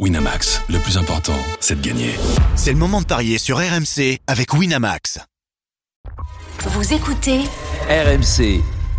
Winamax, le plus important, c'est de gagner. C'est le moment de parier sur RMC avec Winamax. Vous écoutez RMC.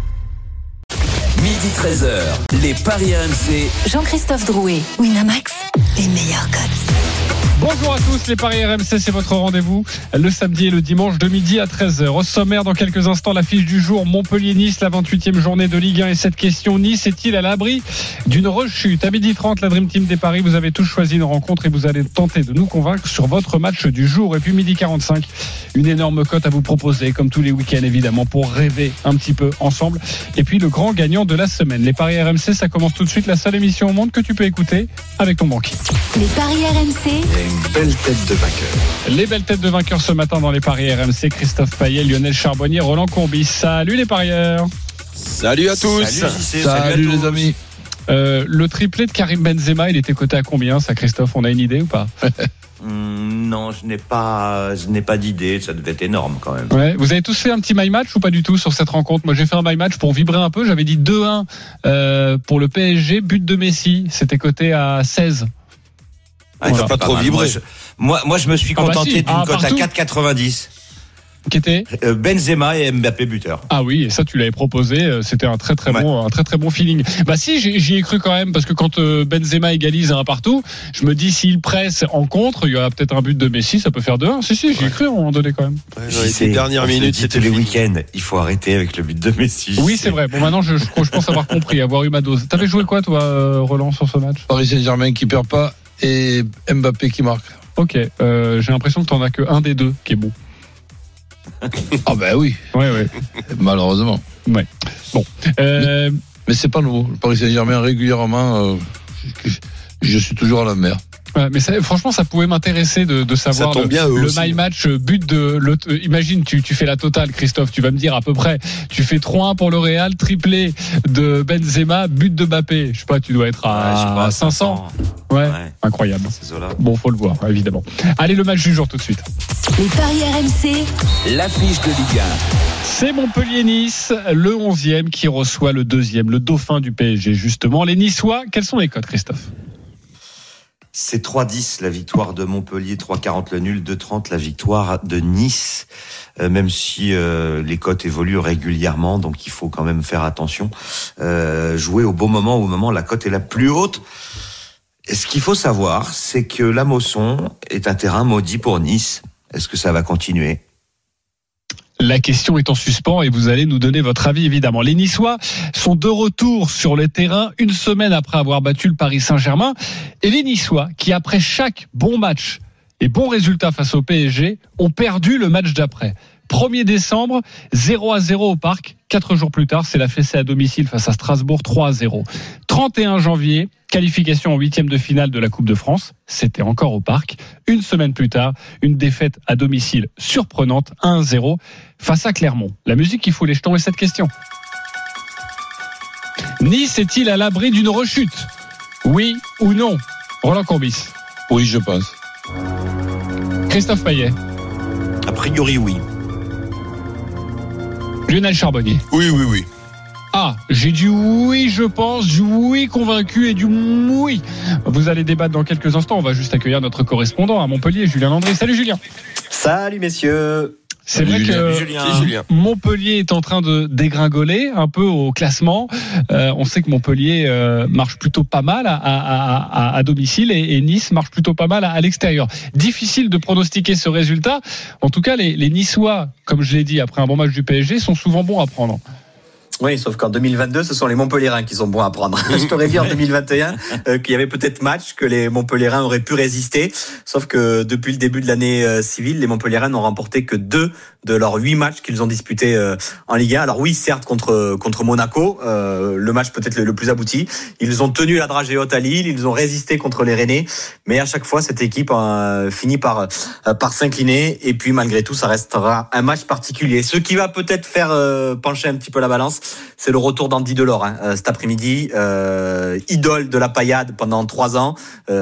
Midi 13h, les paris RMC. Jean-Christophe Drouet, Winamax, les meilleurs cotes. Bonjour à tous, les paris RMC, c'est votre rendez-vous le samedi et le dimanche de midi à 13h. Au sommaire, dans quelques instants, l'affiche du jour, Montpellier-Nice, la 28e journée de Ligue 1. Et cette question, Nice est-il à l'abri d'une rechute? À midi 30, la Dream Team des paris, vous avez tous choisi une rencontre et vous allez tenter de nous convaincre sur votre match du jour. Et puis midi 45, une énorme cote à vous proposer, comme tous les week-ends évidemment, pour rêver un petit peu ensemble. Et puis le grand gagnant de la semaine. Les paris RMC, ça commence tout de suite, la seule émission au monde que tu peux écouter avec ton banquier. Les paris RMC. Une belle tête de vainqueur. Les belles têtes de vainqueurs ce matin dans les paris RMC, Christophe Payet, Lionel Charbonnier, Roland Courbis. Salut les parieurs. Salut à tous. Salut les amis. Le triplé de Karim Benzema, il était coté à combien ça, Christophe? On a une idée ou pas? Non, je n'ai pas d'idée. Ça devait être énorme quand même. Ouais. Vous avez tous fait un petit my match ou pas du tout sur cette rencontre? Moi, j'ai fait un my match pour vibrer un peu. J'avais dit 2-1 pour le PSG, but de Messi. C'était coté à 16. Ah, voilà. Pas trop vibré. Moi, je me suis contenté d'une cote à 4,90. Qui était Benzema et Mbappé buteur. Ah oui, et ça tu l'avais proposé, c'était un très bon feeling. Bah si, j'y ai cru quand même parce que quand Benzema égalise un partout, je me dis s'il presse en contre, il y aura peut-être un but de Messi, ça peut faire 2-1. Si, j'y ai cru à un moment donné quand même. Les dernières minutes, c'était les week-ends. Il faut arrêter avec le but de Messi. Oui, c'est vrai. Bon, maintenant je pense avoir compris, avoir eu ma dose. T'avais joué quoi toi, Roland, sur ce match? Paris Saint-Germain qui perd pas et Mbappé qui marque. Ok, j'ai l'impression que t'en as que un des deux qui est bon. Ah ben oui. Ouais. Malheureusement. Ouais. Bon. Mais c'est pas nouveau. Le Paris Saint-Germain régulièrement, je suis toujours à la mer. Ouais, mais ça, franchement, ça pouvait m'intéresser de savoir le my match but de l'autre. Imagine, tu fais la totale, Christophe. Tu vas me dire à peu près. Tu fais 3-1 pour le Real, triplé de Benzema, but de Mbappé. Je sais pas, tu dois être à 500. Ouais. Incroyable. Bon, faut le voir, évidemment. Allez, le match du jour tout de suite. Les paris RMC. L'affiche de Ligue 1. C'est Montpellier-Nice, le 11e qui reçoit le 2e, le dauphin du PSG, justement. Les Niçois, quels sont les codes, Christophe? C'est 3,10 la victoire de Montpellier, 3,40 le nul, 2,30 la victoire de Nice. Même si les cotes évoluent régulièrement, donc il faut quand même faire attention. Jouer au bon moment, au moment où la cote est la plus haute. Et ce qu'il faut savoir, c'est que la Mosson est un terrain maudit pour Nice. Est-ce que ça va continuer ? La question est en suspens et vous allez nous donner votre avis évidemment. Les Niçois sont de retour sur le terrain une semaine après avoir battu le Paris Saint-Germain. Et les Niçois qui après chaque bon match et bon résultat face au PSG ont perdu le match d'après. 1er décembre, 0-0 au Parc. 4 jours plus tard, c'est la fessée à domicile face à Strasbourg, 3-0. 31 janvier, qualification en 8e de finale de la Coupe de France. C'était encore au Parc. Une semaine plus tard, une défaite à domicile surprenante, 1-0 face à Clermont. La musique qui fout les jetons est cette question. Nice est-il à l'abri d'une rechute ? Oui ou non ? Roland Courbis. Oui, je pense. Christophe Payet. A priori, oui. Lionel Charbonnier. Oui. Ah, j'ai du oui, je pense, du oui convaincu et du oui. Vous allez débattre dans quelques instants. On va juste accueillir notre correspondant à Montpellier, Julien Landry. Salut Julien. Salut messieurs. C'est vrai que Montpellier est en train de dégringoler un peu au classement. On sait que Montpellier marche plutôt pas mal à domicile et Nice marche plutôt pas mal à l'extérieur. Difficile de pronostiquer ce résultat. En tout cas, les Niçois, comme je l'ai dit, après un bon match du PSG, sont souvent bons à prendre. Oui, sauf qu'en 2022, ce sont les Montpelliérains qui sont bons à prendre. Je t'aurais dit en 2021 qu'il y avait peut-être match que les Montpelliérains auraient pu résister. Sauf que depuis le début de l'année civile, les Montpelliérains n'ont remporté que 2 de leurs 8 matchs qu'ils ont disputés en Ligue 1. Alors oui, certes, contre Monaco, le match peut-être le plus abouti. Ils ont tenu la dragée haute à Lille, ils ont résisté contre les Rennais. Mais à chaque fois, cette équipe finit par s'incliner. Et puis malgré tout, ça restera un match particulier. Ce qui va peut-être faire pencher un petit peu la balance, c'est le retour d'Andy Delors cet après-midi, idole de la paillade pendant 3 ans,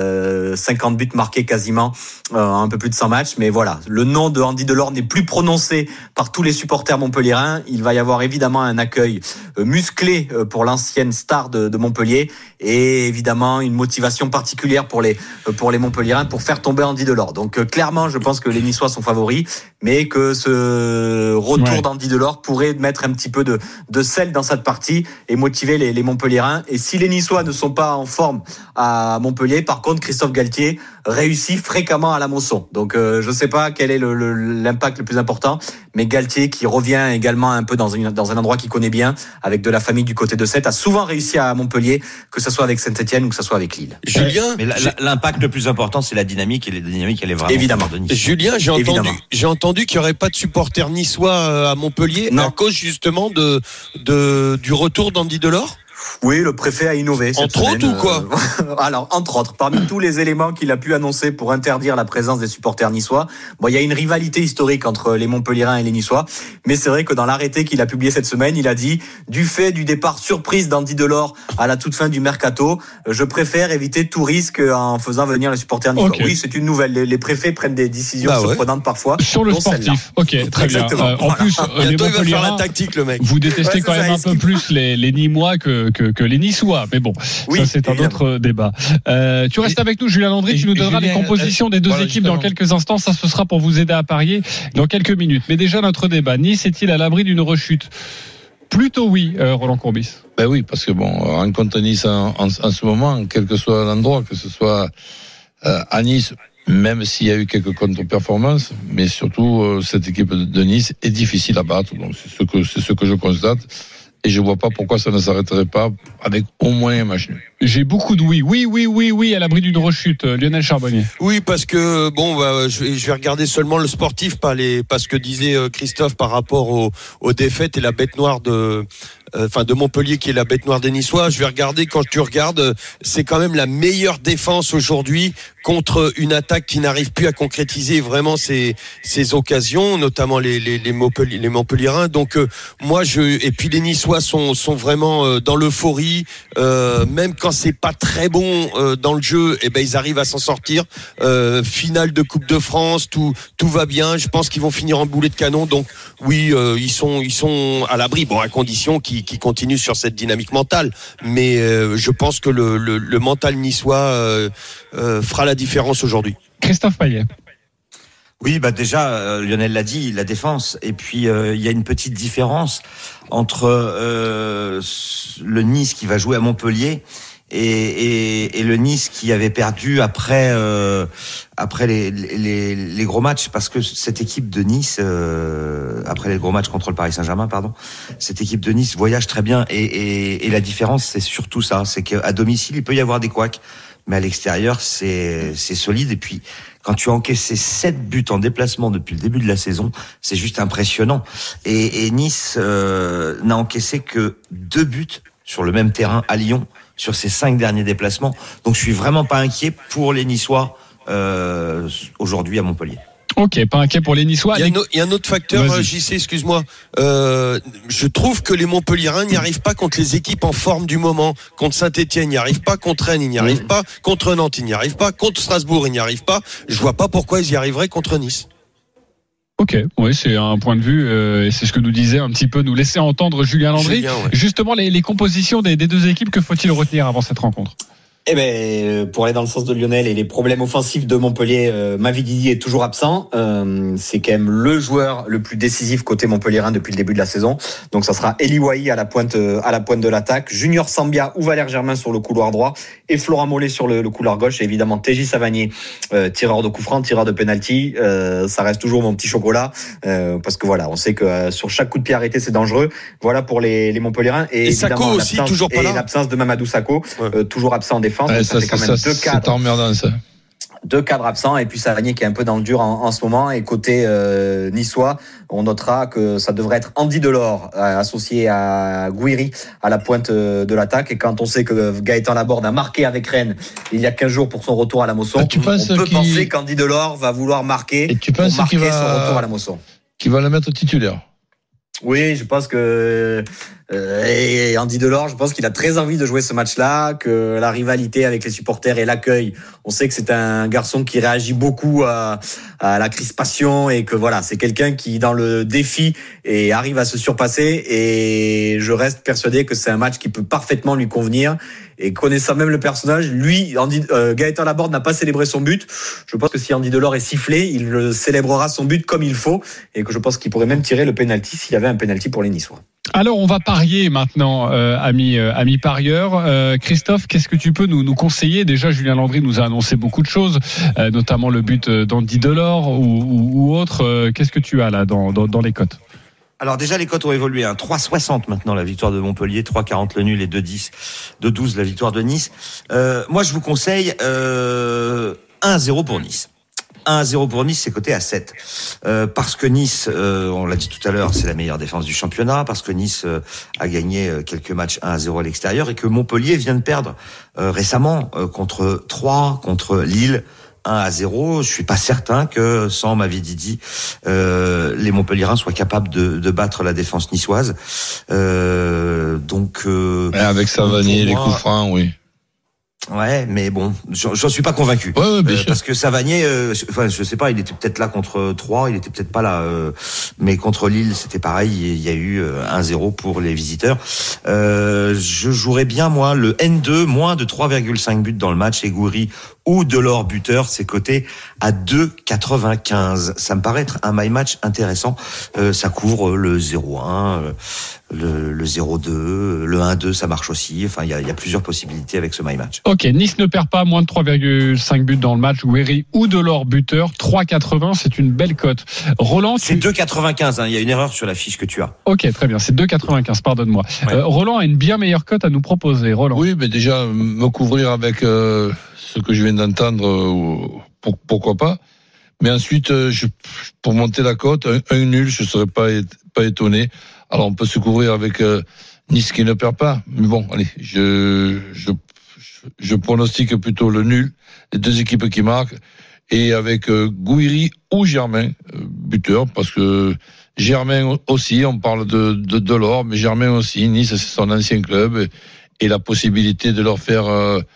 50 buts marqués quasiment, un peu plus de 100 matchs, mais voilà, le nom de Andy Delors n'est plus prononcé par tous les supporters montpelliérains. Il va y avoir évidemment un accueil musclé pour l'ancienne star de Montpellier, et évidemment une motivation particulière pour les Montpelliérains pour faire tomber Andy Delors. Donc clairement, je pense que les Niçois sont favoris, mais que ce retour d'Andy Delors pourrait mettre un petit peu de sel dans cette partie et motiver les Montpelliérains. Et si les Niçois ne sont pas en forme à Montpellier, par contre, Christophe Galtier réussit fréquemment à la Mosson. Donc je sais pas quel est l'impact le plus important, mais Galtier, qui revient également un peu dans un endroit qu'il connaît bien, avec de la famille du côté de Sète, a souvent réussi à Montpellier, que ce soit avec Saint-Etienne ou que ce soit avec Lille. Julien, mais l'impact le plus important, c'est la dynamique, et la dynamique, elle est vraiment évidemment de Nice. Julien, j'ai entendu qu'il n'y aurait pas de supporters niçois à Montpellier, à cause justement du retour d'Andy Delors. Oui, le préfet a innové cette semaine. Entre autres ou quoi? Alors, entre autres, parmi tous les éléments qu'il a pu annoncer pour interdire la présence des supporters niçois, bon, il y a une rivalité historique entre les Montpelliérains et les Niçois, mais c'est vrai que dans l'arrêté qu'il a publié cette semaine, il a dit, du fait du départ surprise d'Andy Delors à la toute fin du mercato, je préfère éviter tout risque en faisant venir les supporters niçois. Okay. Oui, c'est une nouvelle. Les préfets prennent des décisions surprenantes parfois. Sur le sportif. Ok, très bien. En plus, les Montpelliérains, il va faire la tactique, le mec. Vous détestez quand même un peu plus les Nîmois que les Niçois, mais bon, ça c'est un autre débat. Tu restes avec nous, Julien Landry, tu nous donneras les compositions des deux équipes dans quelques instants. Ça, ce sera pour vous aider à parier dans quelques minutes. Mais déjà, notre débat, Nice est-il à l'abri d'une rechute? Plutôt oui, Roland Courbis. Ben oui, parce que bon, rencontre Nice en ce moment, quel que soit l'endroit, que ce soit à Nice, même s'il y a eu quelques contre-performances, mais surtout cette équipe de Nice est difficile à battre. Donc c'est ce que je constate. Et je vois pas pourquoi ça ne s'arrêterait pas avec au moins un match nul. J'ai beaucoup de oui à l'abri d'une rechute. Lionel Charbonnier. Oui, parce que bon, je vais regarder seulement le sportif, pas ce que disait Christophe par rapport aux défaites et la bête noire de Montpellier, qui est la bête noire des Niçois. Je vais regarder, quand tu regardes, c'est quand même la meilleure défense aujourd'hui contre une attaque qui n'arrive plus à concrétiser vraiment ses occasions, notamment les Montpelliérains. Donc et puis les Niçois sont vraiment dans l'euphorie, même quand c'est pas très bon dans le jeu, et ben ils arrivent à s'en sortir. Finale de Coupe de France, tout va bien. Je pense qu'ils vont finir en boulet de canon. Donc oui, ils sont à l'abri, bon, à condition qu'ils continuent sur cette dynamique mentale. Mais je pense que le mental niçois fera la différence aujourd'hui. Christophe Payet. Oui, déjà, Lionel l'a dit, la défense. Et puis, il y a une petite différence entre le Nice qui va jouer à Montpellier et le Nice qui avait perdu après les gros matchs, parce que cette équipe de Nice, après les gros matchs contre le Paris Saint-Germain, cette équipe de Nice voyage très bien. Et la différence, c'est surtout ça, c'est qu'à domicile, il peut y avoir des couacs, mais à l'extérieur, c'est solide. Et puis, quand tu as encaissé 7 buts en déplacement depuis le début de la saison, c'est juste impressionnant. Et Nice n'a encaissé que 2 buts sur le même terrain à Lyon sur ses 5 derniers déplacements. Donc je suis vraiment pas inquiet pour les Niçois aujourd'hui à Montpellier. Ok, pas inquiet pour les Niçois. Il y a un autre facteur, JC, excuse-moi. Je trouve que les Montpelliérains n'y arrivent pas contre les équipes en forme du moment. Contre Saint-Etienne, ils n'y arrivent pas. Contre Rennes, ils n'y arrivent pas. Contre Nantes, ils n'y arrivent pas. Contre Strasbourg, ils n'y arrivent pas. Je vois pas pourquoi ils y arriveraient contre Nice. Ok, oui, c'est un point de vue, et c'est ce que nous disait un petit peu, nous laisser entendre Julien Landry. Justement, les compositions des deux équipes, que faut-il retenir avant cette rencontre? Pour aller dans le sens de Lionel et les problèmes offensifs de Montpellier, Mavididi est toujours absent. C'est quand même le joueur le plus décisif côté montpelliérain depuis le début de la saison. Donc ça sera Eli Wahi à la pointe de l'attaque, Junior Sambia ou Valère Germain sur le couloir droit et Florent Mollet sur le couloir gauche, et évidemment TJ Savanier, tireur de coup franc, tireur de penalty. Ça reste toujours mon petit chocolat, parce que voilà, on sait que sur chaque coup de pied arrêté, c'est dangereux. Voilà pour les Montpelliérains, et Sako aussi toujours pas là. Et l'absence de Mamadou Sako, toujours absent en défense. Ça fait quand même deux cadres. C'est emmerdant, ça. 2 cadres absents, et puis Savanier qui est un peu dans le dur en ce moment. Et côté niçois, on notera que ça devrait être Andy Delors associé à Gouiri à la pointe de l'attaque. Et quand on sait que Gaëtan Laborde a marqué avec Rennes il y a 15 jours pour son retour à la Mosson, on peut penser qu'Andy Delors va vouloir marquer son retour à la Mosson. Qui va le mettre titulaire? Oui, je pense que et Andy Delors, je pense qu'il a très envie de jouer ce match-là, que la rivalité avec les supporters et l'accueil, on sait que c'est un garçon qui réagit beaucoup à la crispation et que voilà, c'est quelqu'un qui dans le défi et arrive à se surpasser, et je reste persuadé que c'est un match qui peut parfaitement lui convenir. Et connaissant même le personnage, lui, Gaëtan Laborde n'a pas célébré son but. Je pense que si Andy Delors est sifflé, il célébrera son but comme il faut, et que je pense qu'il pourrait même tirer le penalty s'il y avait un penalty pour les Niçois. Alors on va parier maintenant, ami parieur. Christophe, qu'est-ce que tu peux nous conseiller? Déjà, Julien Landry nous a annoncé beaucoup de choses, notamment le but d'Andy Delors ou autre. Qu'est-ce que tu as là dans les cotes? Alors déjà, les cotes ont évolué. 3,60 maintenant la victoire de Montpellier, 3,40 le nul et 2,10, 2,12 la victoire de Nice. Moi, je vous conseille 1-0 pour Nice. 1-0 pour Nice, c'est coté à 7. Parce que Nice, on l'a dit tout à l'heure, c'est la meilleure défense du championnat. Parce que Nice a gagné quelques matchs 1-0 à l'extérieur, et que Montpellier vient de perdre récemment contre Troyes, contre Lille. 1-0, je suis pas certain que sans Mavididi, les Montpelliérains soient capables de battre la défense niçoise. Donc avec Savanier, les coups francs, oui. Ouais, mais bon, j'en suis pas convaincu. Ouais, bien sûr. Parce que Savanier, enfin, je sais pas, il était peut-être là contre Troyes, il était peut-être pas là, mais contre Lille, c'était pareil, il y a eu 1-0 pour les visiteurs. Je jouerais bien, moi, le N2, moins de 3,5 buts dans le match, et Gouiri ou Delors buteur, c'est coté à 2,95. Ça me paraît être un my match intéressant. Ça couvre le 0-1, le 0-2, le 1-2, ça marche aussi. Enfin, il y a plusieurs possibilités avec ce my match. Ok, Nice ne perd pas, moins de 3,5 buts dans le match. Gouiri ou Delors buteur, 3,80, c'est une belle cote. Roland, c'est 2,95. Il y a une erreur sur la fiche que tu as. Ok, très bien, c'est 2,95. Pardonne-moi. Ouais. Roland a une bien meilleure cote à nous proposer. Roland. Oui, mais déjà me couvrir avec ce que je viens d'entendre, pourquoi pas. Mais ensuite, pour monter la cote, un nul, je serais pas étonné. Alors on peut se couvrir avec Nice qui ne perd pas. Mais bon, allez, je pronostique plutôt le nul, les deux équipes qui marquent, et avec Gouiri ou Germain buteur, parce que Germain aussi, on parle de Delors, mais Germain aussi, Nice c'est son ancien club, et la possibilité de leur faire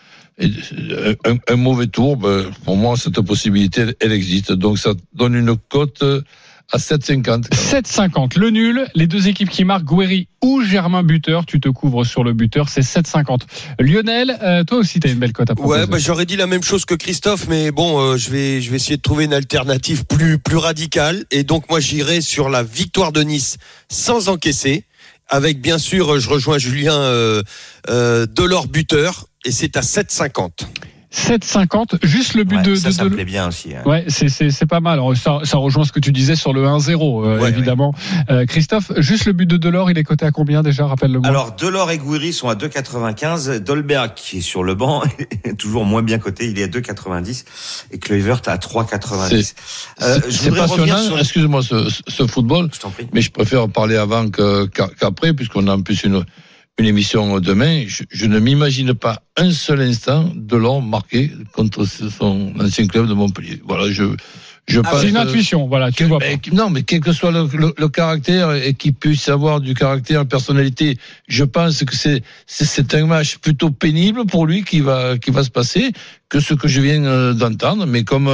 un mauvais tour, pour moi cette possibilité elle existe, donc ça donne une cote à 7,50. 7,50 le nul, les deux équipes qui marquent, Gouiri ou Germain buteur, tu te couvres sur le buteur, c'est 7,50. Lionel, toi aussi tu as une belle cote à proposer. Ouais, j'aurais dit la même chose que Christophe, mais bon, je vais essayer de trouver une alternative plus radicale, et donc moi j'irai sur la victoire de Nice sans encaisser, avec bien sûr, je rejoins Julien, Delors buteur, et c'est à 7,50. 7,50, juste le but ça me plaît bien aussi. Hein. Ouais, c'est pas mal. Alors, ça rejoint ce que tu disais sur le 1-0, évidemment. Ouais. Christophe, juste le but de Delors, il est coté à combien déjà, rappelle-le-moi? Alors, Delors et Gouiri sont à 2,95. Dolberg, qui est sur le banc, est toujours moins bien coté, il est à 2,90. Et Kluivert à 3,90. C'est passionnant, excuse-moi, ce football. Je t'en prie. Mais je préfère parler avant qu'après, puisqu'on a en plus une émission demain. Je ne m'imagine pas un seul instant Delors marqué contre son ancien club de Montpellier. Voilà, je pense. C'est une intuition, voilà, tu vois pas. Non, mais quel que soit le caractère, et qu'il puisse avoir du caractère, une personnalité, je pense que c'est un match plutôt pénible pour lui qui va se passer que ce que je viens d'entendre. Mais comme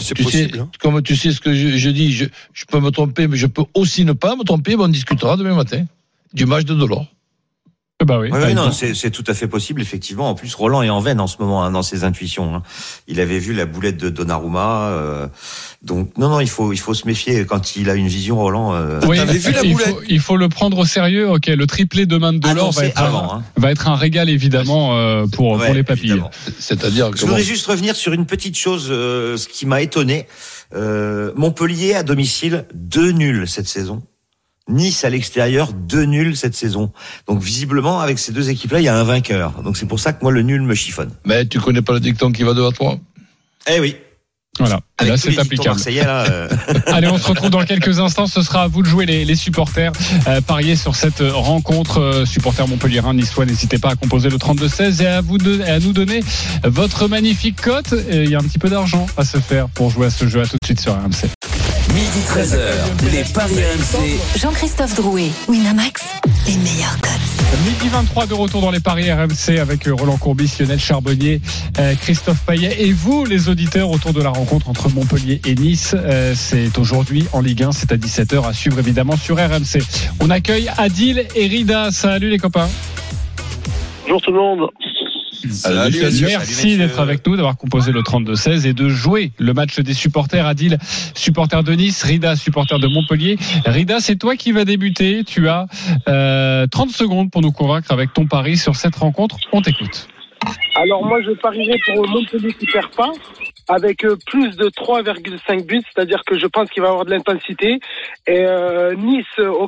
tu sais ce que je dis, je peux me tromper, mais je peux aussi ne pas me tromper. On discutera demain matin du match de Delors. Bah oui, non, c'est tout à fait possible, effectivement. En plus, Roland est en veine en ce moment, dans ses intuitions. Il avait vu la boulette de Donnarumma, donc non, il faut se méfier quand il a une vision, Roland. Oui, t'avais vu la boulette. Il faut le prendre au sérieux. Ok, le triplé de main de Delors va être un régal évidemment pour les papilles. Évidemment. C'est-à-dire que je voudrais juste revenir sur une petite chose, ce qui m'a étonné. Montpellier à domicile 2 nuls cette saison. Nice à l'extérieur, 2 nuls cette saison. Donc visiblement, avec ces deux équipes-là, il y a un vainqueur. Donc c'est pour ça que moi, le nul me chiffonne. Mais tu connais pas le dicton qui va 2 à 3 ? Eh oui. Voilà, et là c'est applicable. Allez, on se retrouve dans quelques instants. Ce sera à vous de jouer les supporters. Pariez sur cette rencontre. Supporters montpelliérains, niçois, n'hésitez pas à composer le 32-16 et à nous donner votre magnifique cote. Il y a un petit peu d'argent à se faire pour jouer à ce jeu. À tout de suite sur RMC. Midi 13h, les paris RMC. Jean-Christophe Drouet, Winamax, les meilleurs codes. Midi 23 de retour dans les paris RMC avec Roland Courbis, Lionel Charbonnier, Christophe Payet et vous les auditeurs autour de la rencontre entre Montpellier et Nice. C'est aujourd'hui en Ligue 1, c'est à 17h à suivre évidemment sur RMC. On accueille Adil et Rida. Salut les copains. Bonjour tout le monde. Salut, merci d'être avec nous, d'avoir composé le 32-16 et de jouer le match des supporters. Adil, supporter de Nice, Rida, supporter de Montpellier. Rida, c'est toi qui vas débuter. Tu as 30 secondes pour nous convaincre avec ton pari sur cette rencontre. On t'écoute. Alors moi je parierais pour Montpellier qui perd pas, avec plus de 3,5 buts, c'est-à-dire que je pense qu'il va y avoir de l'intensité. Et Nice,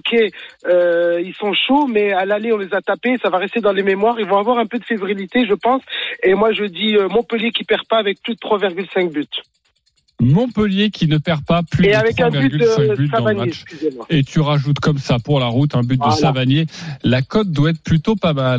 ils sont chauds, mais à l'aller on les a tapés, ça va rester dans les mémoires. Ils vont avoir un peu de fébrilité, je pense. Et moi je dis Montpellier qui perd pas avec plus de 3,5 buts. Montpellier qui ne perd pas plus de 3,5 buts dans le match. Et tu rajoutes comme ça pour la route un but de Savanier. La cote doit être plutôt pas mal.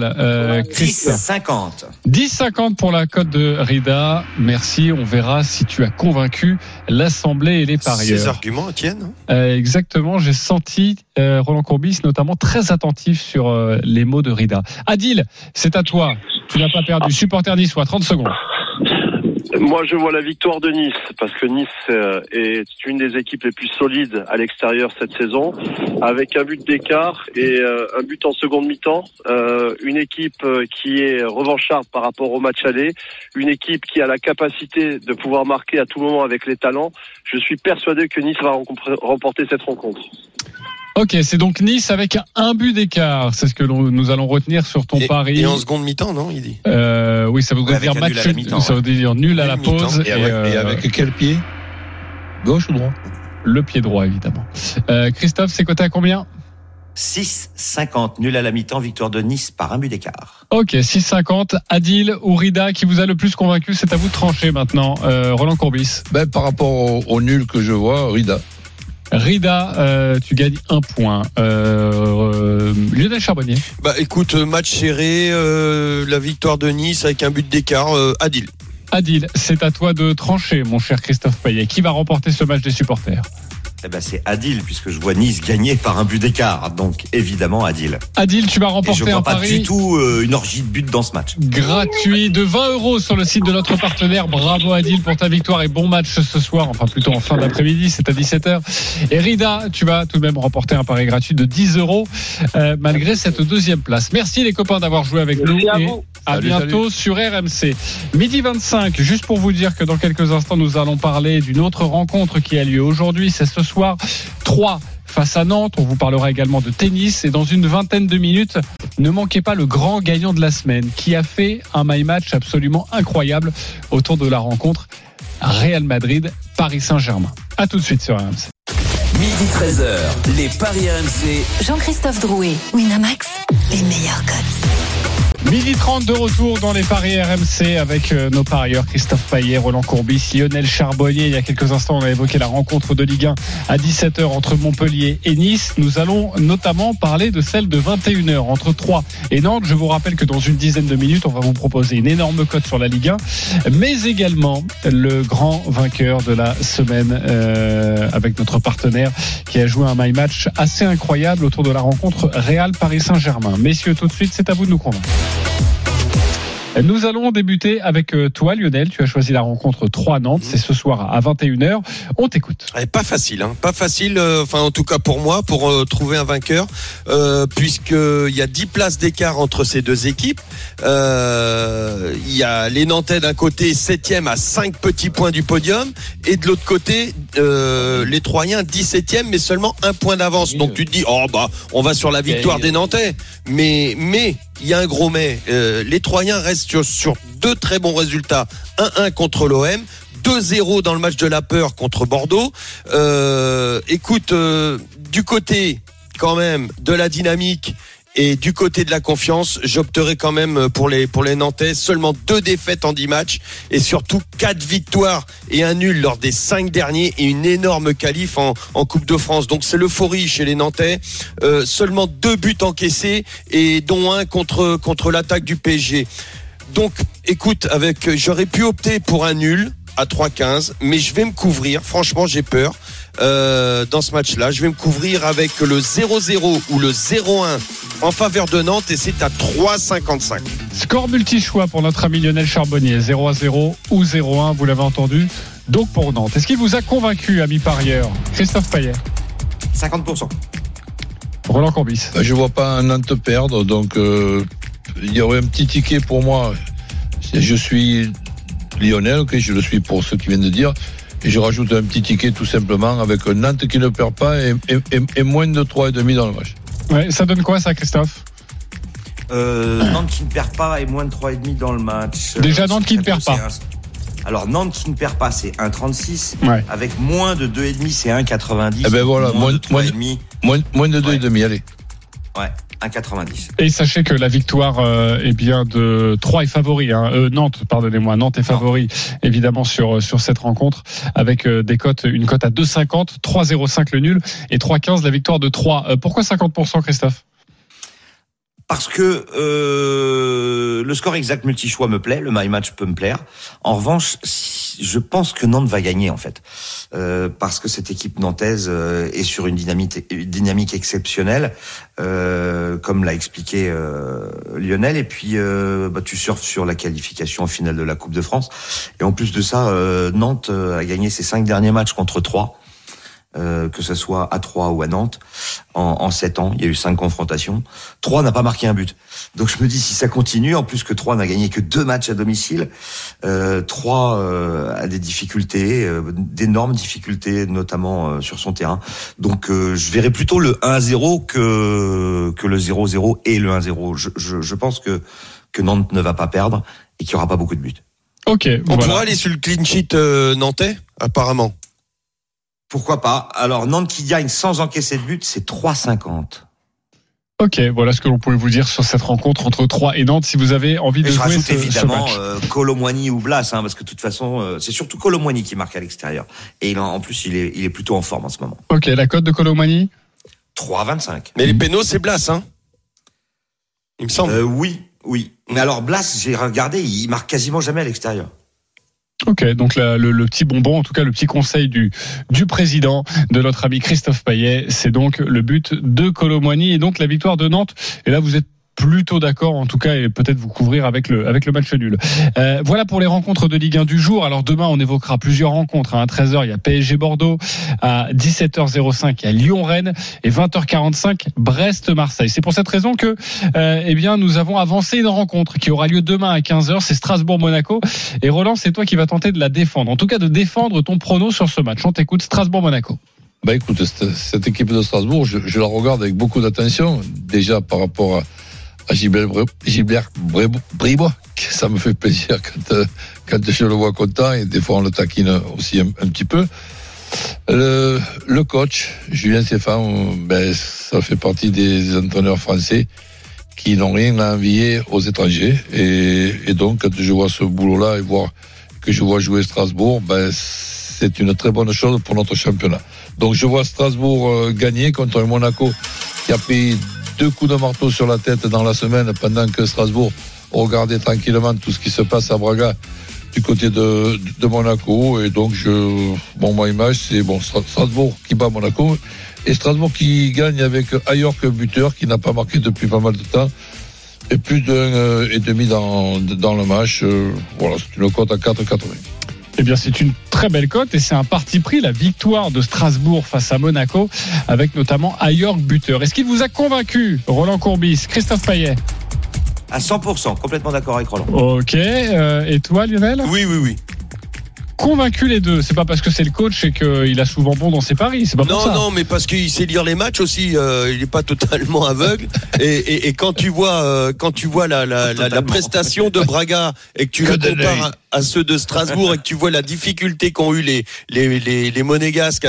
10,50. 10,50 pour la cote de Rida. Merci. On verra si tu as convaincu l'Assemblée et les parieurs. Ces arguments tiennent. Exactement. J'ai senti Roland Courbis notamment très attentif sur les mots de Rida. Adil, c'est à toi. Tu n'as pas perdu. Supporter niçois, 30 secondes. Moi, je vois la victoire de Nice, parce que Nice est une des équipes les plus solides à l'extérieur cette saison, avec un but d'écart et un but en seconde mi-temps. Une équipe qui est revancharde par rapport au match aller, une équipe qui a la capacité de pouvoir marquer à tout moment avec les talents. Je suis persuadé que Nice va remporter cette rencontre. Ok, c'est donc Nice avec un but d'écart. C'est ce que nous allons retenir sur ton pari. Et en seconde mi-temps, non, il dit. Oui, ça voudrait dire match nul. Ça veut dire nul à la pause. Et avec quel pied ? Gauche ou droit ? Le pied droit, évidemment. Christophe, c'est coté à combien ? 6,50, nul à la mi-temps, victoire de Nice par un but d'écart. Ok, 6,50. Adil ou Rida, qui vous a le plus convaincu ? C'est à vous de trancher maintenant. Roland Courbis. Par rapport au nul que je vois, Rida. Rida, tu gagnes 1 point. Lionel Charbonnier. Écoute, match serré, la victoire de Nice avec un but d'écart. Adil. Adil, c'est à toi de trancher, mon cher Christophe Payet. Qui va remporter ce match des supporters ? C'est Adil, puisque je vois Nice gagner par un but d'écart. Donc, évidemment, Adil. Adil, tu vas remporter un pari. Je vois pas du tout une orgie de buts dans ce match. Gratuit de 20 € sur le site de notre partenaire. Bravo, Adil, pour ta victoire et bon match ce soir. Enfin, plutôt en fin d'après-midi, c'est à 17h. Et Rida, tu vas tout de même remporter un pari gratuit de 10 €, malgré cette deuxième place. Merci les copains d'avoir joué avec nous. Et à bientôt sur RMC. Midi 25, juste pour vous dire que dans quelques instants, nous allons parler d'une autre rencontre qui a lieu aujourd'hui. C'est ce soir, 3 face à Nantes. On vous parlera également de tennis. Et dans une vingtaine de minutes, ne manquez pas le grand gagnant de la semaine qui a fait un my match absolument incroyable autour de la rencontre Real Madrid-Paris Saint-Germain. À tout de suite sur RMC. Midi 13h, les paris RMC. Jean-Christophe Drouet, Winamax, les meilleurs codes. Midi 30 de retour dans les paris RMC avec nos parieurs Christophe Payet, Roland Courbis, Lionel Charbonnier. Il y a quelques instants, on a évoqué la rencontre de Ligue 1 à 17h entre Montpellier et Nice. Nous allons notamment parler de celle de 21h entre Troyes et Nantes. Je vous rappelle que dans une dizaine de minutes, on va vous proposer une énorme cote sur la Ligue 1, mais également le grand vainqueur de la semaine avec notre partenaire qui a joué un my match assez incroyable autour de la rencontre Real Paris Saint-Germain. Messieurs, tout de suite, c'est à vous de nous convaincre. Nous allons débuter avec toi, Lionel. Tu as choisi la rencontre Troyes-Nantes. C'est ce soir à 21h. On t'écoute. Pas facile, hein. Pas facile. Enfin, en tout cas pour moi, pour trouver un vainqueur, puisqu'il y a 10 places d'écart entre ces deux équipes. Il y a les Nantais d'un côté, 7e à 5 petits points du podium, et de l'autre côté, les Troyens 17e, mais seulement 1 point d'avance. Donc tu te dis, on va sur la victoire des Nantais. Mais il y a un gros mais. Les Troyens restent sur 2 très bons résultats. 1-1 contre l'OM, 2-0 dans le match de la peur contre Bordeaux. Écoute, du côté quand même de la dynamique et du côté de la confiance, j'opterai quand même pour les Nantais. Seulement 2 défaites en 10 matchs et surtout 4 victoires et un nul lors des 5 derniers et une énorme qualif en Coupe de France. Donc c'est l'euphorie chez les Nantais. Seulement 2 buts encaissés et dont un contre l'attaque du PSG. Donc écoute, j'aurais pu opter pour un nul à 3,15, mais je vais me couvrir. Franchement, j'ai peur dans ce match-là. Je vais me couvrir avec le 0-0 ou le 0-1 en faveur de Nantes, et c'est à 3,55. Score multi-choix pour notre ami Lionel Charbonnier, 0-0 ou 0-1, vous l'avez entendu, donc pour Nantes. Est-ce qu'il vous a convaincu, ami parieur, Christophe Payet? 50%. Roland Courbis. Je vois pas Nantes perdre, donc il y aurait un petit ticket pour moi. Je suis Lionel, ok, je le suis pour ceux qui viennent de dire, et je rajoute un petit ticket tout simplement avec Nantes qui ne perd pas et moins de 3,5 dans le match. Ouais, ça donne quoi ça, Christophe? Nantes qui ne perd pas et moins de 3,5 dans le match. Déjà Nantes qui ne perd pas. Alors Nantes qui ne perd pas, c'est 1,36. Ouais. Avec moins de 2,5, c'est 1,90. Eh ben voilà, moins de 3,5. Moins de 2,5, allez. Ouais, 1,90. Et sachez que la victoire est bien de 3 est favori. Nantes, pardonnez-moi, Nantes est favori évidemment sur cette rencontre avec des cotes, une cote à 2,50, 3,05 le nul et 3,15 la victoire de 3. Pourquoi 50%, Christophe? Parce que le score exact multi-choix me plaît, le my match peut me plaire. En revanche, je pense que Nantes va gagner en fait, parce que cette équipe nantaise est sur une dynamique exceptionnelle, comme l'a expliqué Lionel. Et puis tu surfes sur la qualification en finale de la Coupe de France. Et en plus de ça, Nantes a gagné ses 5 derniers matchs contre 3. Que ce soit à Troyes ou à Nantes, en 7 ans, il y a eu 5 confrontations. Troyes n'a pas marqué un but. Donc je me dis, si ça continue, en plus que Troyes n'a gagné que 2 matchs à domicile, Troyes a des difficultés, d'énormes difficultés, notamment sur son terrain. Donc je verrais plutôt le 1-0 que le 0-0 et le 1-0. Je pense que Nantes ne va pas perdre et qu'il n'y aura pas beaucoup de buts. Ok. On pourra aller sur le clean sheet nantais, apparemment. Pourquoi pas? Alors, Nantes qui gagne sans encaisser de but, c'est 3,50. Ok, voilà ce que l'on pouvait vous dire sur cette rencontre entre Troyes et Nantes. Si vous avez envie de jouer ce évidemment match. Kolo Muani ou Blas, parce que de toute façon, c'est surtout Kolo Muani qui marque à l'extérieur. Et en plus, il est plutôt en forme en ce moment. Ok, la cote de Kolo Muani? 3,25. Mais les pénaux, c'est Blas, il me semble. Oui. Mais alors, Blas, j'ai regardé, il marque quasiment jamais à l'extérieur. Ok, donc le petit bonbon, en tout cas le petit conseil du président de notre ami Christophe Payet, c'est donc le but de Kolo Muani et donc la victoire de Nantes. Et là, vous êtes plutôt d'accord, en tout cas, et peut-être vous couvrir avec le match nul. Voilà pour les rencontres de Ligue 1 du jour. Alors demain, on évoquera plusieurs rencontres. À 13h, il y a PSG Bordeaux. À 17h05, il y a Lyon-Rennes. Et 20h45, Brest-Marseille. C'est pour cette raison que, nous avons avancé une rencontre qui aura lieu demain à 15h. C'est Strasbourg-Monaco. Et Roland, c'est toi qui vas tenter de la défendre. En tout cas, de défendre ton prono sur ce match. On t'écoute, Strasbourg-Monaco. Écoute, cette équipe de Strasbourg, je la regarde avec beaucoup d'attention. Déjà par rapport à Gilbert Bribois, ça me fait plaisir quand je le vois content, et des fois on le taquine aussi un petit peu. Le coach Julien Stéphane, ça fait partie des entraîneurs français qui n'ont rien à envier aux étrangers, et donc quand je vois ce boulot-là et voir que je vois jouer Strasbourg, c'est une très bonne chose pour notre championnat. Donc je vois Strasbourg gagner contre Monaco qui a pris 2 coups de marteau sur la tête dans la semaine, pendant que Strasbourg regardait tranquillement tout ce qui se passe à Braga du côté de Monaco. Et donc ma image, c'est Strasbourg qui bat Monaco et Strasbourg qui gagne avec Ayork buteur qui n'a pas marqué depuis pas mal de temps, et plus d'1,5 dans le match. Voilà, c'est une cote à 4,80. Eh bien, c'est une très belle cote et c'est un parti pris, la victoire de Strasbourg face à Monaco, avec notamment Ayork buteur. Est-ce qu'il vous a convaincu, Roland Courbis, Christophe Payet? À 100%, complètement d'accord avec Roland. Ok, et toi, Lionel? Oui. Convaincu les deux, c'est pas parce que c'est le coach et qu'il a souvent bon dans ses paris, c'est pas pour ça. Non, mais parce qu'il sait lire les matchs aussi, il est pas totalement aveugle. et quand tu vois la prestation de Braga et que tu la compares à ceux de Strasbourg et que tu vois la difficulté qu'ont eu les Monégasques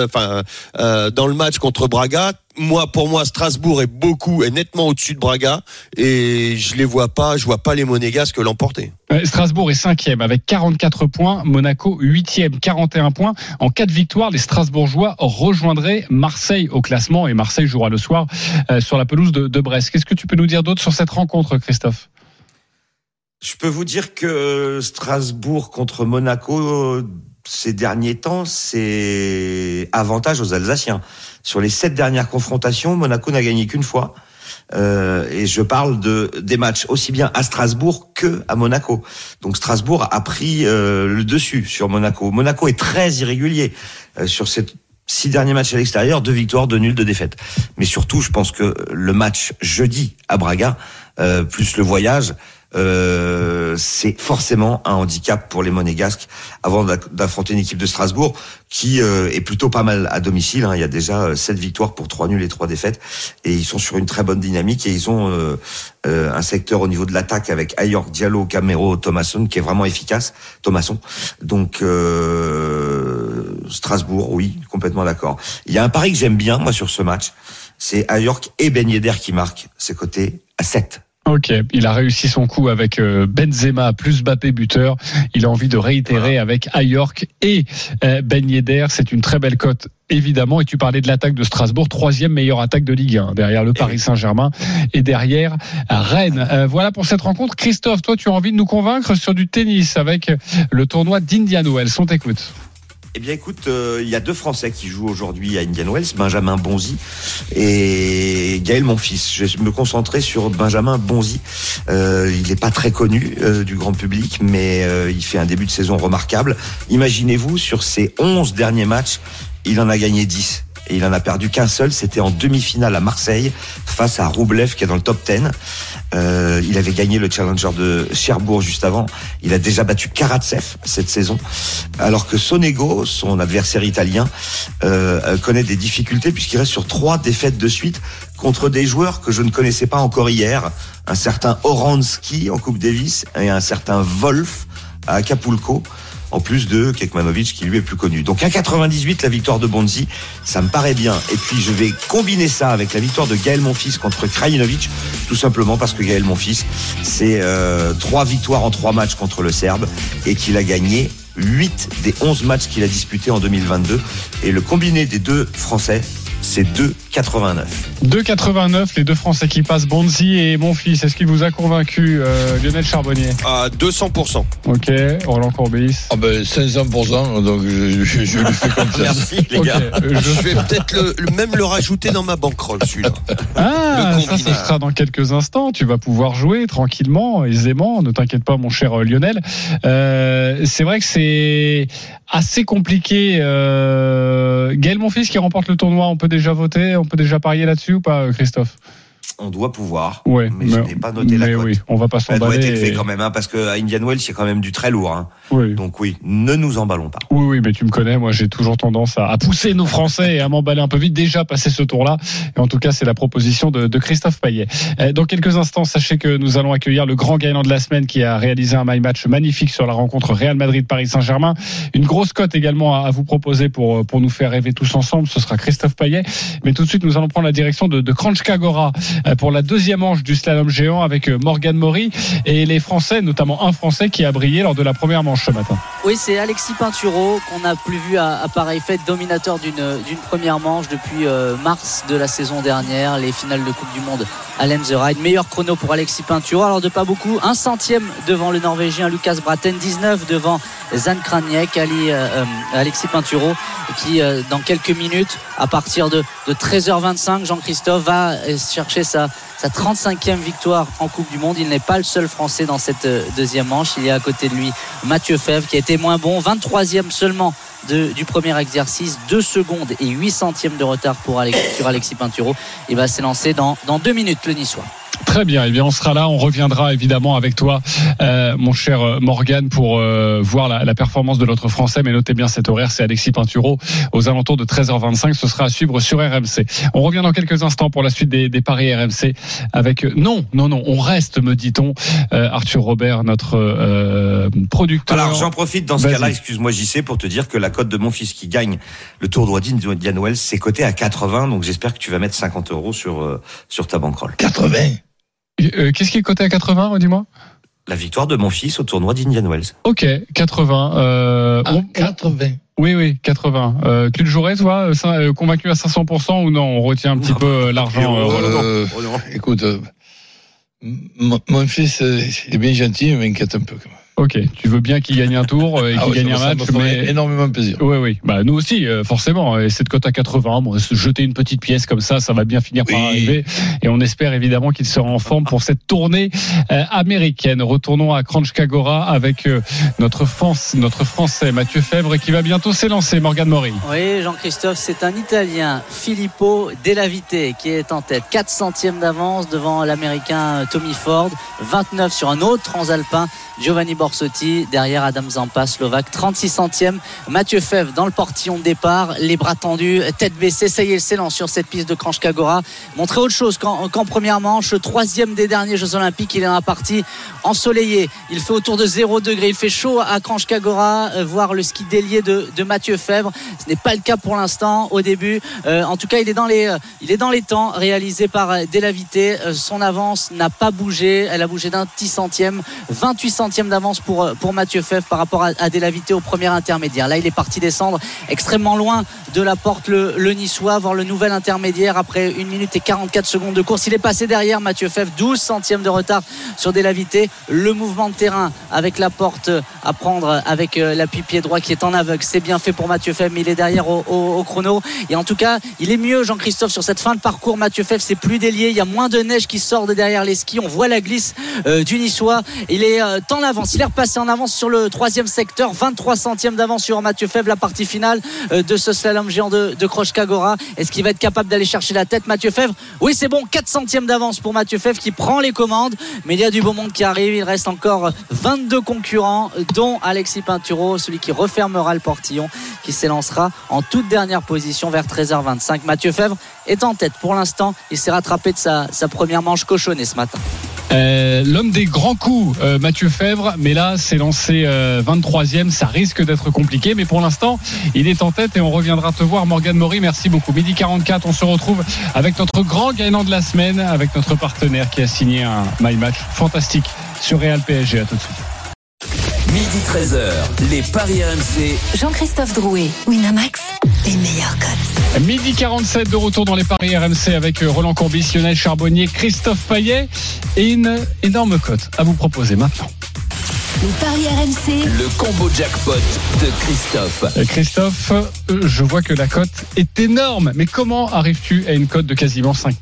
dans le match contre Braga, pour moi Strasbourg est nettement au-dessus de Braga, et je vois pas les Monégasques l'emporter. Strasbourg est 5e avec 44 points, Monaco 8e 41 points. En cas de victoire, les Strasbourgeois rejoindraient Marseille au classement, et Marseille jouera le soir sur la pelouse de Brest. Qu'est-ce que tu peux nous dire d'autre sur cette rencontre, Christophe? Je peux vous dire que Strasbourg contre Monaco, ces derniers temps, c'est avantage aux Alsaciens. Sur les 7 dernières confrontations, Monaco n'a gagné qu'une fois. Et je parle des matchs aussi bien à Strasbourg que à Monaco. Donc Strasbourg a pris le dessus sur Monaco. Monaco est très irrégulier sur ces 6 derniers matchs à l'extérieur, 2 victoires, 2 nuls, 2 défaites. Mais surtout, je pense que le match jeudi à Braga, plus le voyage, c'est forcément un handicap pour les Monégasques avant d'affronter une équipe de Strasbourg qui est plutôt pas mal à domicile. Il y a déjà 7 victoires pour 3 nuls et 3 défaites et ils sont sur une très bonne dynamique et ils ont un secteur au niveau de l'attaque avec Ayork, Diallo, Camero, Thomasson qui est vraiment efficace. Thomasson. Donc Strasbourg, oui, complètement d'accord. Il y a un pari que j'aime bien moi sur ce match, c'est Ayork et Ben Yedder qui marquent, c'est coté à 7. Ok, il a réussi son coup avec Benzema plus Mbappé buteur. Il a envie de réitérer avec Ayork et Ben Yedder. C'est une très belle cote, évidemment. Et tu parlais de l'attaque de Strasbourg, 3e meilleure attaque de Ligue 1, derrière le Paris Saint-Germain et derrière Rennes. Voilà pour cette rencontre. Christophe, toi, tu as envie de nous convaincre sur du tennis avec le tournoi d'Indian Wells. On t'écoute. Eh bien, écoute, il y a 2 Français qui jouent aujourd'hui à Indian Wells, Benjamin Bonzi et Gaël Monfils. Je vais me concentrer sur Benjamin Bonzi. Il n'est pas très connu du grand public, mais il fait un début de saison remarquable. Imaginez-vous, sur ses 11 derniers matchs, il en a gagné 10. Et il en a perdu qu'un seul, c'était en demi-finale à Marseille, face à Roublev, qui est dans le top 10. Il avait gagné le challenger de Cherbourg juste avant. Il a déjà battu Karatsev cette saison. Alors que Sonego, son adversaire italien, connaît des difficultés puisqu'il reste sur 3 défaites de suite contre des joueurs que je ne connaissais pas encore hier. Un certain Oransky en Coupe Davis et un certain Wolf à Acapulco. En plus de Kekmanovic qui lui est plus connu. Donc 1,98 la victoire de Bonzi, ça me paraît bien. Et puis je vais combiner ça avec la victoire de Gaël Monfils contre Krajinovic, tout simplement parce que Gaël Monfils, c'est 3 victoires en 3 matchs contre le Serbe et qu'il a gagné 8 des 11 matchs qu'il a disputés en 2022. Et le combiné des 2 Français, c'est 2,89. 2,89, les 2 Français qui passent, Bonzi et Monfils. Est-ce qu'il vous a convaincu, Lionel Charbonnier? À 200%. Ok, Roland Courbis. 500%, donc je lui fais confiance. Merci les gars. Je vais peut-être même le rajouter dans ma bankroll, celui-là. Ah, ça sera dans quelques instants. Tu vas pouvoir jouer tranquillement, aisément. Ne t'inquiète pas, mon cher Lionel. C'est vrai que c'est assez compliqué. Gaël Monfils qui remporte le tournoi, on peut déjà voter, on peut déjà parier là-dessus ou pas, Christophe? On doit pouvoir, ouais, mais je n'ai pas noté la cote. Oui, on va pas s'emballer. Ça doit être élevé quand même, parce qu'à Indian Wells, il y a quand même du très lourd. Oui. Donc oui, ne nous emballons pas. Oui, mais tu me connais, moi j'ai toujours tendance à pousser nos Français et à m'emballer un peu vite, déjà passer ce tour-là. Et en tout cas, c'est la proposition de Christophe Payet. Dans quelques instants, sachez que nous allons accueillir le grand gagnant de la semaine qui a réalisé un my match magnifique sur la rencontre Real Madrid-Paris Saint-Germain. Une grosse cote également à vous proposer pour nous faire rêver tous ensemble. Ce sera Christophe Payet. Mais tout de suite, nous allons prendre la direction de Kranjska Gora pour la deuxième manche du slalom géant avec Morgane Maury et les Français, notamment un Français qui a brillé lors de la première manche ce matin. Oui, c'est Alexis Pinturo qu'on n'a plus vu à pareille fête, dominateur d'une première manche depuis mars de la saison dernière, les finales de Coupe du Monde à Lenz Ride. Meilleur chrono pour Alexis Pinturo, alors de pas beaucoup, 1 centième devant le Norvégien Lucas Braten, 19 devant Zan Kraniek. Alexis Pinturo qui dans quelques minutes, à partir de 13h25, Jean-Christophe va chercher sa 35e victoire en Coupe du Monde. Il n'est pas le seul Français dans cette deuxième manche. Il y a à côté de lui Mathieu Febvre qui a été moins bon, 23e seulement du premier exercice, 2 secondes et 8 centièmes de retard sur Alexis Pinturo. Il va s'élancer dans 2 minutes, le Niçois. Très bien, eh bien on sera là, on reviendra évidemment avec toi, mon cher Morgane, pour voir la performance de l'autre Français. Mais notez bien cet horaire, c'est Alexis Pinturo aux alentours de 13h25. Ce sera à suivre sur RMC. On revient dans quelques instants pour la suite des paris RMC avec non, on reste, me dit-on, Arthur Robert, notre producteur. Alors j'en profite dans ce cas-là, excuse-moi JC, pour te dire que la cote de mon fils qui gagne le tournoi d'Indian Wells, c'est coté à 80. Donc j'espère que tu vas mettre 50 € sur ta bankroll. 80. Qu'est-ce qui est coté à 80, dis-moi? La victoire de mon fils au tournoi d'Indian Wells. Ok, 80. 80. Oui, 80. Tu le jouerais, toi, convaincu à 500% ou non? On retient un petit peu l'argent. Écoute, Mon fils est bien gentil, mais m'inquiète un peu quand même. Ok, tu veux bien qu'il gagne un tour et qu'il gagne un match, mais énormément plaisir. Oui. Bah nous aussi, forcément. Et cette cote à 80, bon, se jeter une petite pièce comme ça va bien finir par arriver. Et on espère évidemment qu'il sera en forme pour cette tournée américaine. Retournons à Kranjska-Gora avec notre Français Mathieu Febvre qui va bientôt s'élancer. Morgane Maury. Oui, Jean-Christophe, c'est un Italien, Filippo Della Vite, qui est en tête. 4 centièmes d'avance devant l'Américain Tommy Ford. 29 sur un autre transalpin, Giovanni Borsotti, derrière Adam Zampa, Slovaque. 36 centièmes, Mathieu Febvre dans le portillon de départ, les bras tendus, tête baissée. Ça y est, il s'élance sur cette piste de Kranjska-Gora. Montrer autre chose qu'en première manche, 3e des derniers Jeux Olympiques. Il est dans la partie ensoleillée. Il fait autour de 0 degrés. Il fait chaud à Kranjska-Gora. Voir le ski délié de Mathieu Febvre. Ce n'est pas le cas pour l'instant au début. En tout cas, il est dans les temps réalisés par Della Vite. Son avance n'a pas bougé. Elle a bougé d'un petit centième. 28 centièmes d'avance pour Mathieu Febvre par rapport à Della Vite au premier intermédiaire. Là, il est parti descendre extrêmement loin de la porte le Niçois, voir le nouvel intermédiaire après 1 minute et 44 secondes de course. Il est passé derrière Mathieu Febvre, 12 centièmes de retard sur Della Vite. Le mouvement de terrain avec la porte à prendre avec l'appui pied droit qui est en aveugle. C'est bien fait pour Mathieu Febvre, mais il est derrière au chrono. Et en tout cas, il est mieux, Jean-Christophe, sur cette fin de parcours. Mathieu Febvre, c'est plus délié. Il y a moins de neige qui sort de derrière les skis. On voit la glisse du Niçois. Il est en avance. Il est repassé en avance sur le 3e secteur. 23 centièmes d'avance sur Mathieu Febvre, la partie finale de ce slalom géant de Kranjska-Gora. Est-ce qu'il va être capable d'aller chercher la tête, Mathieu Febvre? Oui, c'est bon. 4 centièmes d'avance pour Mathieu Febvre qui prend les commandes. Mais il y a du beau monde qui arrive. Il reste encore 22 concurrents, dont Alexis Pinturo, celui qui refermera le portillon, qui s'élancera en toute dernière position vers 13h25. Mathieu Febvre est en tête pour l'instant. Il s'est rattrapé de sa première manche cochonnée ce matin. L'homme des grands coups, Mathieu Febvre, mais là c'est lancé 23e, ça risque d'être compliqué, mais pour l'instant il est en tête et on reviendra te voir. Morgane Maury, merci beaucoup. 12h44, on se retrouve avec notre grand gagnant de la semaine, avec notre partenaire qui a signé un My Match fantastique sur Real PSG. À tout de suite. Midi 13h, les Paris RMC. Jean-Christophe Drouet, Winamax, les meilleurs codes. 12h47 de retour dans les Paris RMC avec Roland Courbis, Lionel Charbonnier, Christophe Payet et une énorme cote à vous proposer maintenant. Les Paris RMC. Le combo jackpot de Christophe. Christophe, je vois que la cote est énorme, mais comment arrives-tu à une cote de quasiment 5000 ?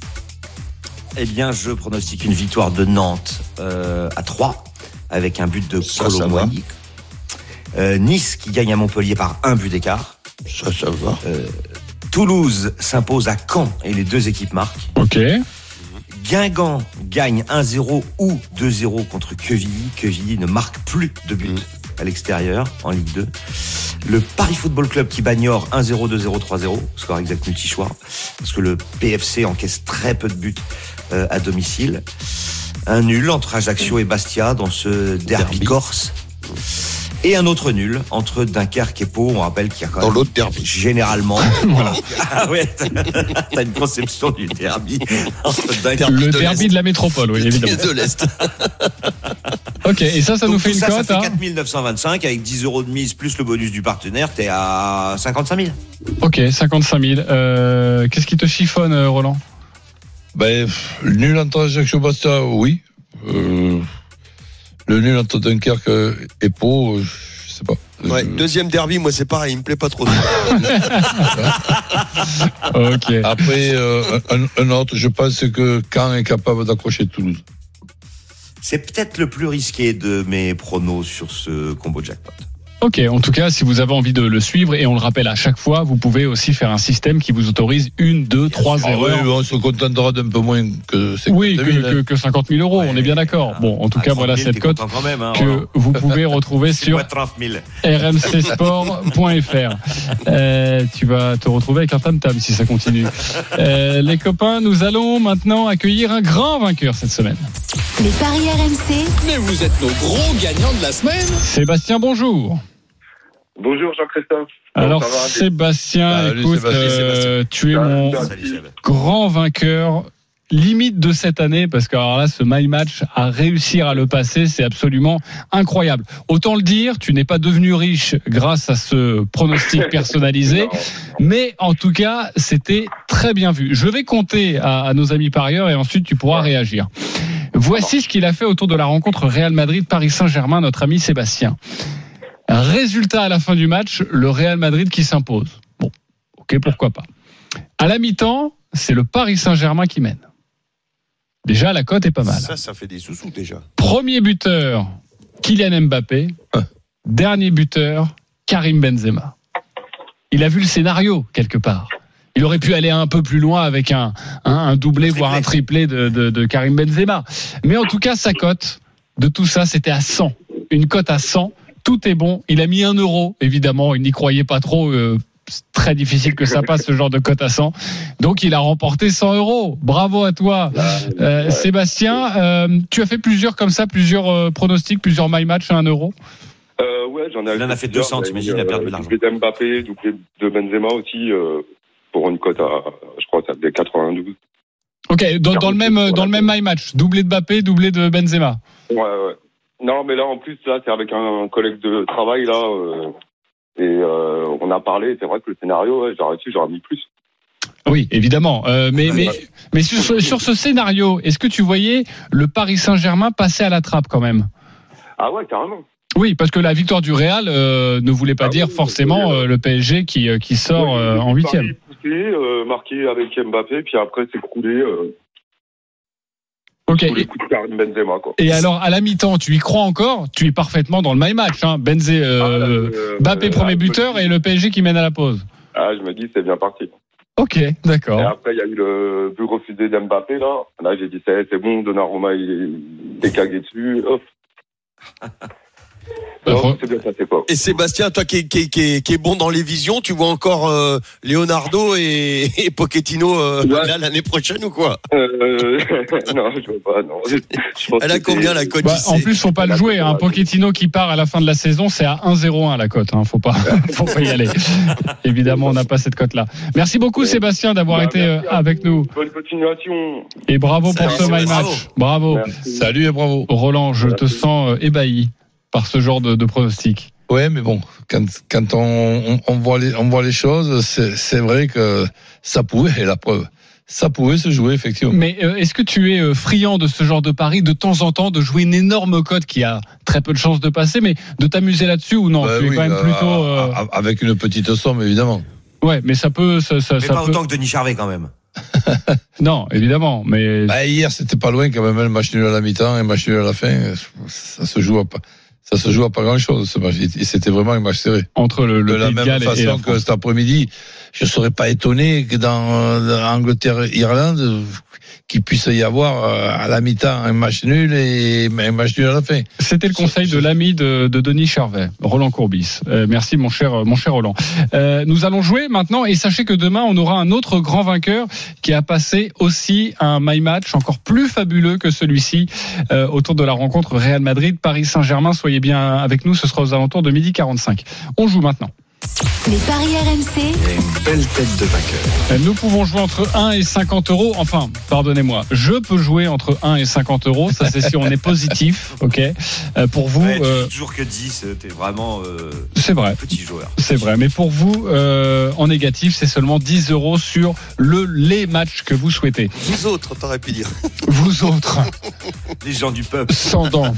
Eh bien, je pronostique une victoire de Nantes à 3 avec un but de Colomboigny. Nice qui gagne à Montpellier par 1 but d'écart. Ça va. Toulouse s'impose à Caen et les deux équipes marquent. Ok. Guingamp gagne 1-0 ou 2-0 contre Quevilly. Quevilly ne marque plus de but à l'extérieur en Ligue 2. Le Paris Football Club qui bat Niort 1-0, 2-0, 3-0. Score exact multi-choix. Parce que le PFC encaisse très peu de buts à domicile. Un nul entre Ajaccio et Bastia dans ce derby corse. Et un autre nul entre Dunkerque et Pau. On rappelle qu'il y a quand même dans l'autre derby généralement. Voilà. Ah ouais, t'as une conception du derby entre Dunkerque. Le derby de la métropole, oui, évidemment. De l'Est. Ok, et ça donc nous fait une cote. Ça fait 4 925 avec 10 € de mise plus le bonus du partenaire. T'es à 55 000. Ok, 55 000. Qu'est-ce qui te chiffonne, Roland? Le nul entre Ajaccio et Bastia, oui. Le nul entre Dunkerque et Pau, je sais pas. Ouais, deuxième derby, moi c'est pareil, il me plaît pas trop. Ok. Après, un autre, je pense que Caen est capable d'accrocher Toulouse. C'est peut-être le plus risqué de mes pronos sur ce combo jackpot. Ok, en tout cas, si vous avez envie de le suivre, et on le rappelle à chaque fois, vous pouvez aussi faire un système qui vous autorise 1, 2, 3 erreurs. Oui, on se contentera d'un peu moins que 50 000. Oui, que 50 000 euros, on est bien d'accord. Bon, en tout cas, voilà cette cote que vous pouvez retrouver sur rmcsport.fr. Tu vas te retrouver avec un tam-tam si ça continue. Les copains, nous allons maintenant accueillir un grand vainqueur cette semaine. Les Paris RMC. Mais vous êtes nos gros gagnants de la semaine. Sébastien, bonjour. Bonjour Jean-Christophe. Alors Sébastien, écoute, tu es mon grand vainqueur limite de cette année, parce que alors là, ce My Match, à réussir à le passer, c'est absolument incroyable. Autant le dire, tu n'es pas devenu riche grâce à ce pronostic personnalisé, mais en tout cas, c'était très bien vu. Je vais compter à nos amis parieurs et ensuite tu pourras réagir. Voici ce qu'il a fait autour de la rencontre Real Madrid-Paris Saint-Germain, notre ami Sébastien. Résultat à la fin du match, le Real Madrid qui s'impose. Bon, ok, pourquoi pas. À la mi-temps, c'est le Paris Saint-Germain qui mène. Déjà, la cote est pas mal. Ça fait des sous-sous déjà. Premier buteur, Kylian Mbappé. Dernier buteur, Karim Benzema. Il a vu le scénario, quelque part. Il aurait pu aller un peu plus loin avec un doublé, voire un triplé de Karim Benzema. Mais en tout cas, sa cote de tout ça, c'était à 100. Une cote à 100. Tout est bon. Il a mis 1 euro, évidemment. Il n'y croyait pas trop. C'est très difficile que ça passe, ce genre de cote à 100. Donc, il a remporté 100 euros. Bravo à toi, Sébastien. Tu as fait plusieurs pronostics, plusieurs My Match à 1 euro. Ouais, j'en ai. Il en a fait 200, t'imagines, il a perdu de l'argent. Doublé d'Mbappé, doublé de Benzema aussi, pour une cote à, je crois, ça fait 92. Ok, dans le même My Match, doublé de Mbappé, doublé de Benzema. Ouais. Non, mais là, en plus, là, c'est avec un collègue de travail, là, on a parlé, c'est vrai que le scénario, j'aurais mis plus. Oui, évidemment. Mais sur ce scénario, est-ce que tu voyais le Paris Saint-Germain passer à la trappe quand même? Ah ouais, carrément. Oui, parce que la victoire du Real ne voulait pas dire forcément le PSG qui sort en huitième. Marqué avec Mbappé, puis après c'est coulé. Ok. Sous les coups de Karim Benzema, quoi. Et alors à la mi-temps, tu y crois encore? Tu es parfaitement dans le My Match, hein. Mbappé premier buteur et le PSG qui mène à la pause. Ah, je me dis c'est bien parti. Ok, d'accord. Et après il y a eu le but refusé d'Mbappé là. Là j'ai dit c'est bon, Donnarumma il est cagué dessus. Hop. Non, c'est bien passé, quoi. Et Sébastien, toi qui est bon dans les visions, tu vois encore Leonardo et Pochettino là, l'année prochaine ou quoi? Non, je vois pas. Non. Elle a combien la cote? En plus, faut pas le jouer. Hein. Pochettino qui part à la fin de la saison, c'est à 1,01 la cote. Hein. Faut pas y aller. Évidemment, on n'a pas cette cote-là. Merci beaucoup, Sébastien, d'avoir été avec nous. Bonne continuation. Et bravo pour ce My Match. Bravo. Merci. Salut et bravo. Roland, je te sens ébahi par ce genre de pronostic. Ouais, mais bon, quand on voit les choses, c'est vrai que ça pouvait, et la preuve, ça pouvait se jouer effectivement. Mais est-ce que tu es friand de ce genre de pari de temps en temps, de jouer une énorme cote qui a très peu de chances de passer, mais de t'amuser là-dessus ou non? Tu es quand même plutôt avec une petite somme évidemment. Ouais, mais ça peut. Mais ça pas peut... autant que Denis Charvet quand même. Non, évidemment, mais Hier, c'était pas loin quand même, le match nul à la mi-temps et match nul à la fin. Ça se joue à pas grand-chose ce match. Et c'était vraiment un match serré. Entre le de la Pays de même Galles façon et la que France. cet après-midi, je serais pas étonné que dans Angleterre-Irlande, qu'il puisse y avoir à la mi-temps un match nul et un match nul à la fin. C'était le conseil de l'ami de Denis Charvet, Roland Courbis. Merci mon cher Roland. Nous allons jouer maintenant et sachez que demain on aura un autre grand vainqueur qui a passé aussi un My Match encore plus fabuleux que celui-ci autour de la rencontre Real Madrid-Paris Saint-Germain. Soyez bien avec nous, ce sera aux alentours de 12h45. On joue maintenant. Les paris RMC. Il y a une belle tête de vainqueur. Nous pouvons jouer entre 1 et 50 euros. Enfin, pardonnez-moi, je peux jouer entre 1 et 50 euros. Ça, c'est si on est positif, ok. Pour vous, Ouais, tu dis toujours que 10, t'es vraiment c'est vrai. petit joueur. C'est vrai, mais pour vous, en négatif, c'est seulement 10 euros sur les matchs que vous souhaitez. Vous autres, t'aurais pu dire. Vous autres, Les gens du peuple. sans dents.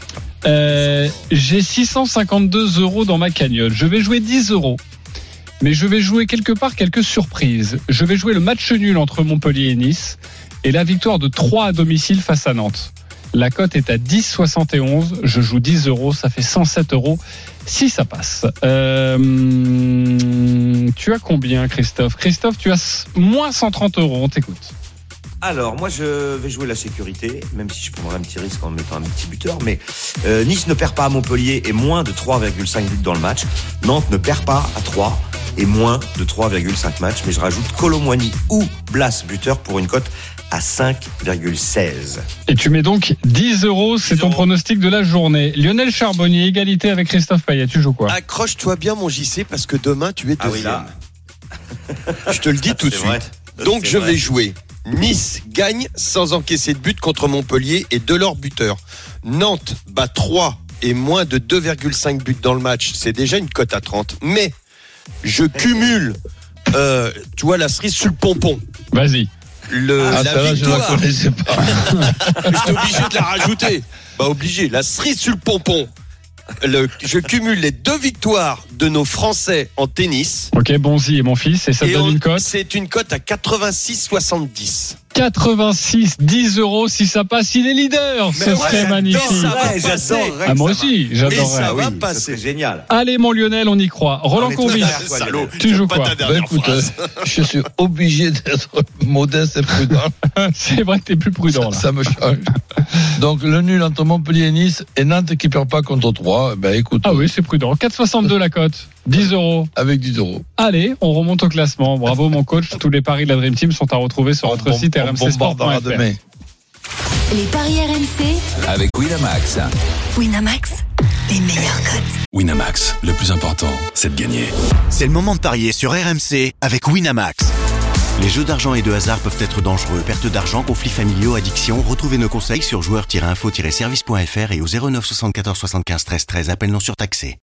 J'ai 652 euros dans ma cagnotte. Je vais jouer 10 euros. Mais je vais jouer quelque part quelques surprises. Je vais jouer le match nul entre Montpellier et Nice et la victoire de 3 à domicile face à Nantes. La cote est à 10,71. Je joue 10 euros, ça fait 107 euros si ça passe. Tu as combien, Christophe? Christophe, tu as moins 130 euros. On t'écoute. Alors, moi, je vais jouer la sécurité, même si je prendrai un petit risque en mettant un petit buteur. Mais Nice ne perd pas à Montpellier et moins de 3,5 buts dans le match. Nantes ne perd pas à 3 et moins de 3,5 matchs. Mais je rajoute Colomboigny ou Blas buteur pour une cote à 5,16. Et tu mets donc 10 euros, c'est ton pronostic de la journée. Lionel Charbonnier, égalité avec Christophe Payet. Tu joues quoi? Accroche-toi bien, mon JC, parce que demain, tu es deuxième. Ah oui, là. Je te le dis tout de suite. Donc, je vais jouer Nice gagne sans encaisser de but contre Montpellier et Delors buteur. Nantes bat 3 et moins de 2,5 buts dans le match. C'est déjà une cote à 30. Mais je cumule, tu vois, la cerise sur le pompon. Vas-y. La celle-là, je ne la connaissais pas. J'étais obligé de la rajouter. Obligé. La cerise sur le pompon. Je cumule les 2 victoires de nos Français en tennis. Ok, Bonzi et mon fils, et ça donne une cote. C'est une cote à 86,70. 86, 10 euros si ça passe, il est leader. Ce serait magnifique. J'adorerais. Moi aussi, j'adorerais. Ça va passer. C'est génial. Allez, mon Lionel, on y croit. Roland Courbis, tu joues quoi? Écoute, je suis obligé d'être modeste et prudent. C'est vrai que t'es plus prudent là. Ça me change. Donc le nul entre Montpellier et Nice et Nantes qui perd pas contre 3. Ben écoute. Ah oui, c'est prudent. 4,62 la cote. 10 euros. Avec 10 euros. Allez, on remonte au classement. Bravo mon coach. Tous les paris de la Dream Team sont à retrouver sur notre site rmcsport.fr. demain. Les paris RMC avec Winamax. Winamax, les meilleurs cotes. Winamax, le plus important, c'est de gagner. C'est le moment de parier sur RMC avec Winamax. Les jeux d'argent et de hasard peuvent être dangereux. Perte d'argent, conflits familiaux, addiction. Retrouvez nos conseils sur joueurs-info-service.fr et au 09 74 75 13 13. Appel non surtaxé.